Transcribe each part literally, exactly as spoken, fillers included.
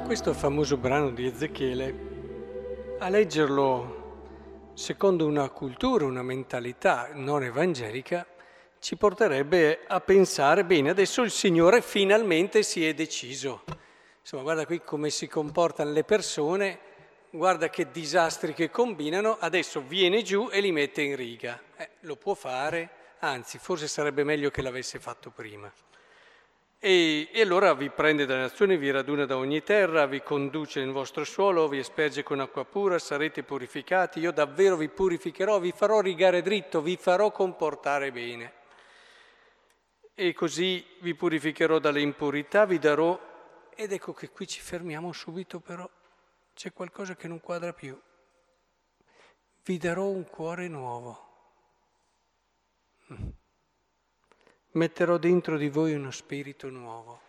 Questo famoso brano di Ezechiele, a leggerlo secondo una cultura, una mentalità non evangelica, ci porterebbe a pensare, bene, adesso il Signore finalmente si è deciso. Insomma, guarda qui come si comportano le persone, guarda che disastri che combinano, adesso viene giù e li mette in riga. Eh, lo può fare, anzi, forse sarebbe meglio che l'avesse fatto prima. E, e allora vi prende dalle nazioni, vi raduna da ogni terra, vi conduce nel vostro suolo, vi asperge con acqua pura, sarete purificati, io davvero vi purificherò, vi farò rigare dritto, vi farò comportare bene. E così vi purificherò dalle impurità, vi darò, ed ecco che qui ci fermiamo subito però, c'è qualcosa che non quadra più. Vi darò un cuore nuovo. Mm. Metterò dentro di voi uno spirito nuovo.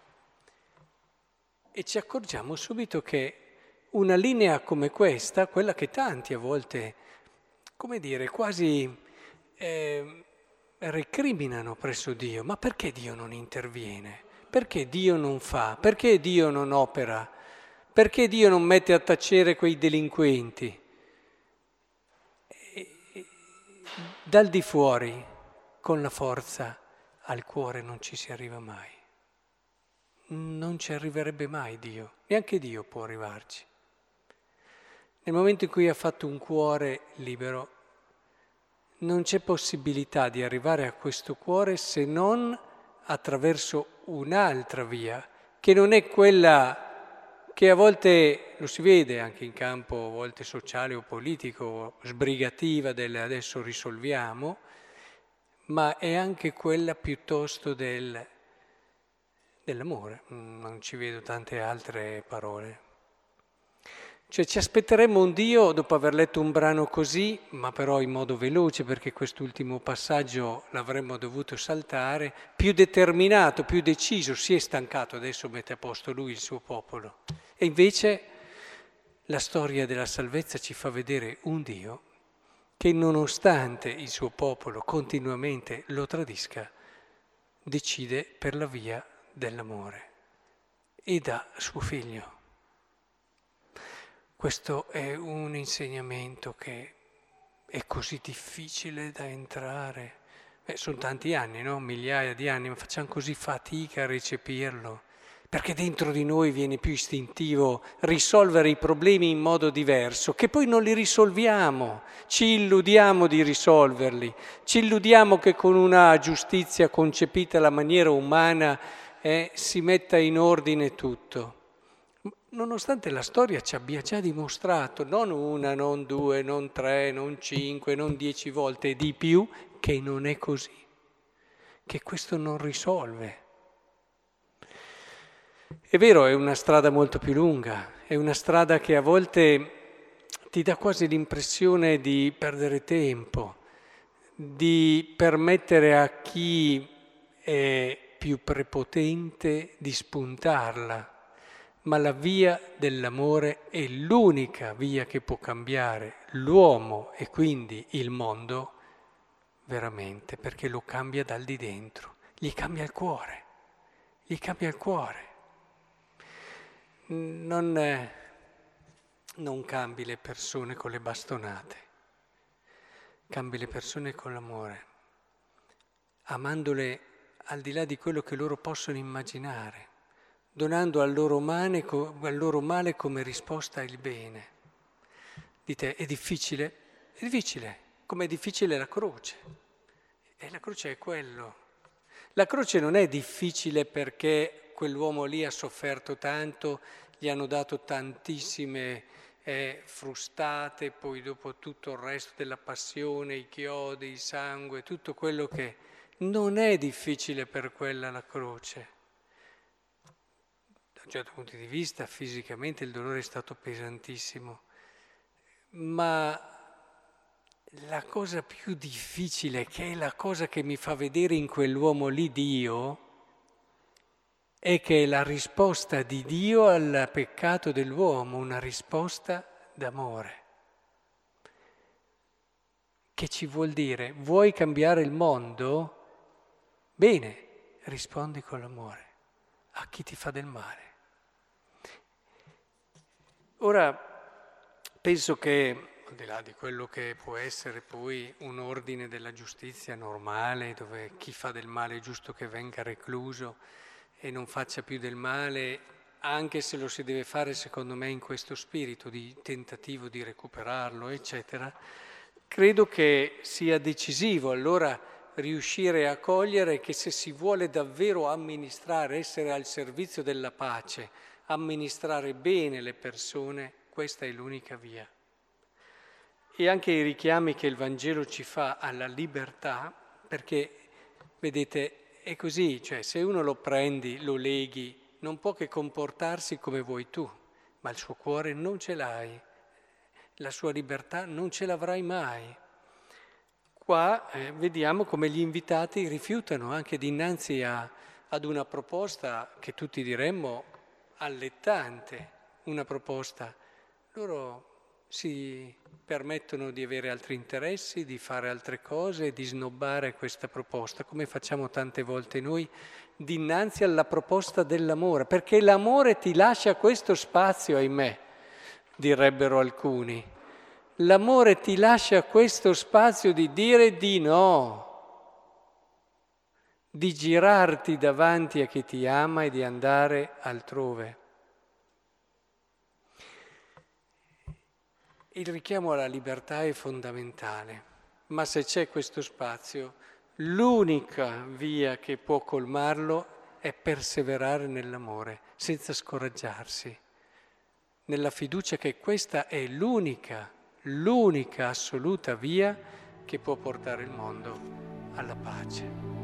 E ci accorgiamo subito che una linea come questa, quella che tanti a volte, come dire, quasi eh, recriminano presso Dio. Ma perché Dio non interviene? Perché Dio non fa? Perché Dio non opera? Perché Dio non mette a tacere quei delinquenti? E, e, dal di fuori, con la forza, al cuore non ci si arriva mai. Non ci arriverebbe mai Dio, neanche Dio può arrivarci. Nel momento in cui ha fatto un cuore libero, non c'è possibilità di arrivare a questo cuore se non attraverso un'altra via, che non è quella che a volte lo si vede anche in campo, a volte sociale o politico, sbrigativa del adesso risolviamo, ma è anche quella piuttosto del, dell'amore, non ci vedo tante altre parole. Cioè ci aspetteremmo un Dio, dopo aver letto un brano così, ma però in modo veloce, perché quest'ultimo passaggio l'avremmo dovuto saltare, più determinato, più deciso, si è stancato, adesso mette a posto lui il suo popolo. E invece la storia della salvezza ci fa vedere un Dio che nonostante il suo popolo continuamente lo tradisca, decide per la via dell'amore e dà suo figlio. Questo è un insegnamento che è così difficile da entrare. Beh, sono tanti anni, no? Migliaia di anni, ma facciamo così fatica a recepirlo. Perché dentro di noi viene più istintivo risolvere i problemi in modo diverso, che poi non li risolviamo, ci illudiamo di risolverli, ci illudiamo che con una giustizia concepita alla maniera umana eh, si metta in ordine tutto. Nonostante la storia ci abbia già dimostrato, non una, non due, non tre, non cinque, non dieci volte, di più, che non è così, che questo non risolve. È vero, è una strada molto più lunga, è una strada che a volte ti dà quasi l'impressione di perdere tempo, di permettere a chi è più prepotente di spuntarla, ma la via dell'amore è l'unica via che può cambiare l'uomo e quindi il mondo veramente, perché lo cambia dal di dentro, gli cambia il cuore, gli cambia il cuore. Non, eh, non cambi le persone con le bastonate, cambi le persone con l'amore, amandole al di là di quello che loro possono immaginare, donando al loro male, al loro male come risposta il bene. Dite, è difficile? È difficile, come è difficile la croce. E la croce è quello. La croce non è difficile perché quell'uomo lì ha sofferto tanto, gli hanno dato tantissime eh, frustate, poi dopo tutto il resto della passione, i chiodi, il sangue, tutto quello che... Non è difficile per quella la croce. Da un certo punto di vista, fisicamente il dolore è stato pesantissimo, ma la cosa più difficile, che è la cosa che mi fa vedere in quell'uomo lì Dio, è che è la risposta di Dio al peccato dell'uomo, una risposta d'amore. Che ci vuol dire? Vuoi cambiare il mondo? Bene, rispondi con l'amore a chi ti fa del male. Ora, penso che, al di là di quello che può essere poi un ordine della giustizia normale, dove chi fa del male è giusto che venga recluso e non faccia più del male, anche se lo si deve fare secondo me in questo spirito di tentativo di recuperarlo, eccetera, credo che sia decisivo allora riuscire a cogliere che se si vuole davvero amministrare, essere al servizio della pace, amministrare bene le persone, questa è l'unica via. E anche i richiami che il Vangelo ci fa alla libertà, perché, vedete, è così, cioè se uno lo prendi, lo leghi, non può che comportarsi come vuoi tu, ma il suo cuore non ce l'hai, la sua libertà non ce l'avrai mai. Qua eh, vediamo come gli invitati rifiutano anche dinanzi a, ad una proposta che tutti diremmo allettante, una proposta. Loro si permettono di avere altri interessi, di fare altre cose, di snobbare questa proposta, come facciamo tante volte noi dinanzi alla proposta dell'amore, perché l'amore ti lascia questo spazio, ahimè, direbbero alcuni. L'amore ti lascia questo spazio di dire di no, di girarti davanti a chi ti ama e di andare altrove. Il richiamo alla libertà è fondamentale, ma se c'è questo spazio, l'unica via che può colmarlo è perseverare nell'amore, senza scoraggiarsi, nella fiducia che questa è l'unica, l'unica assoluta via che può portare il mondo alla pace.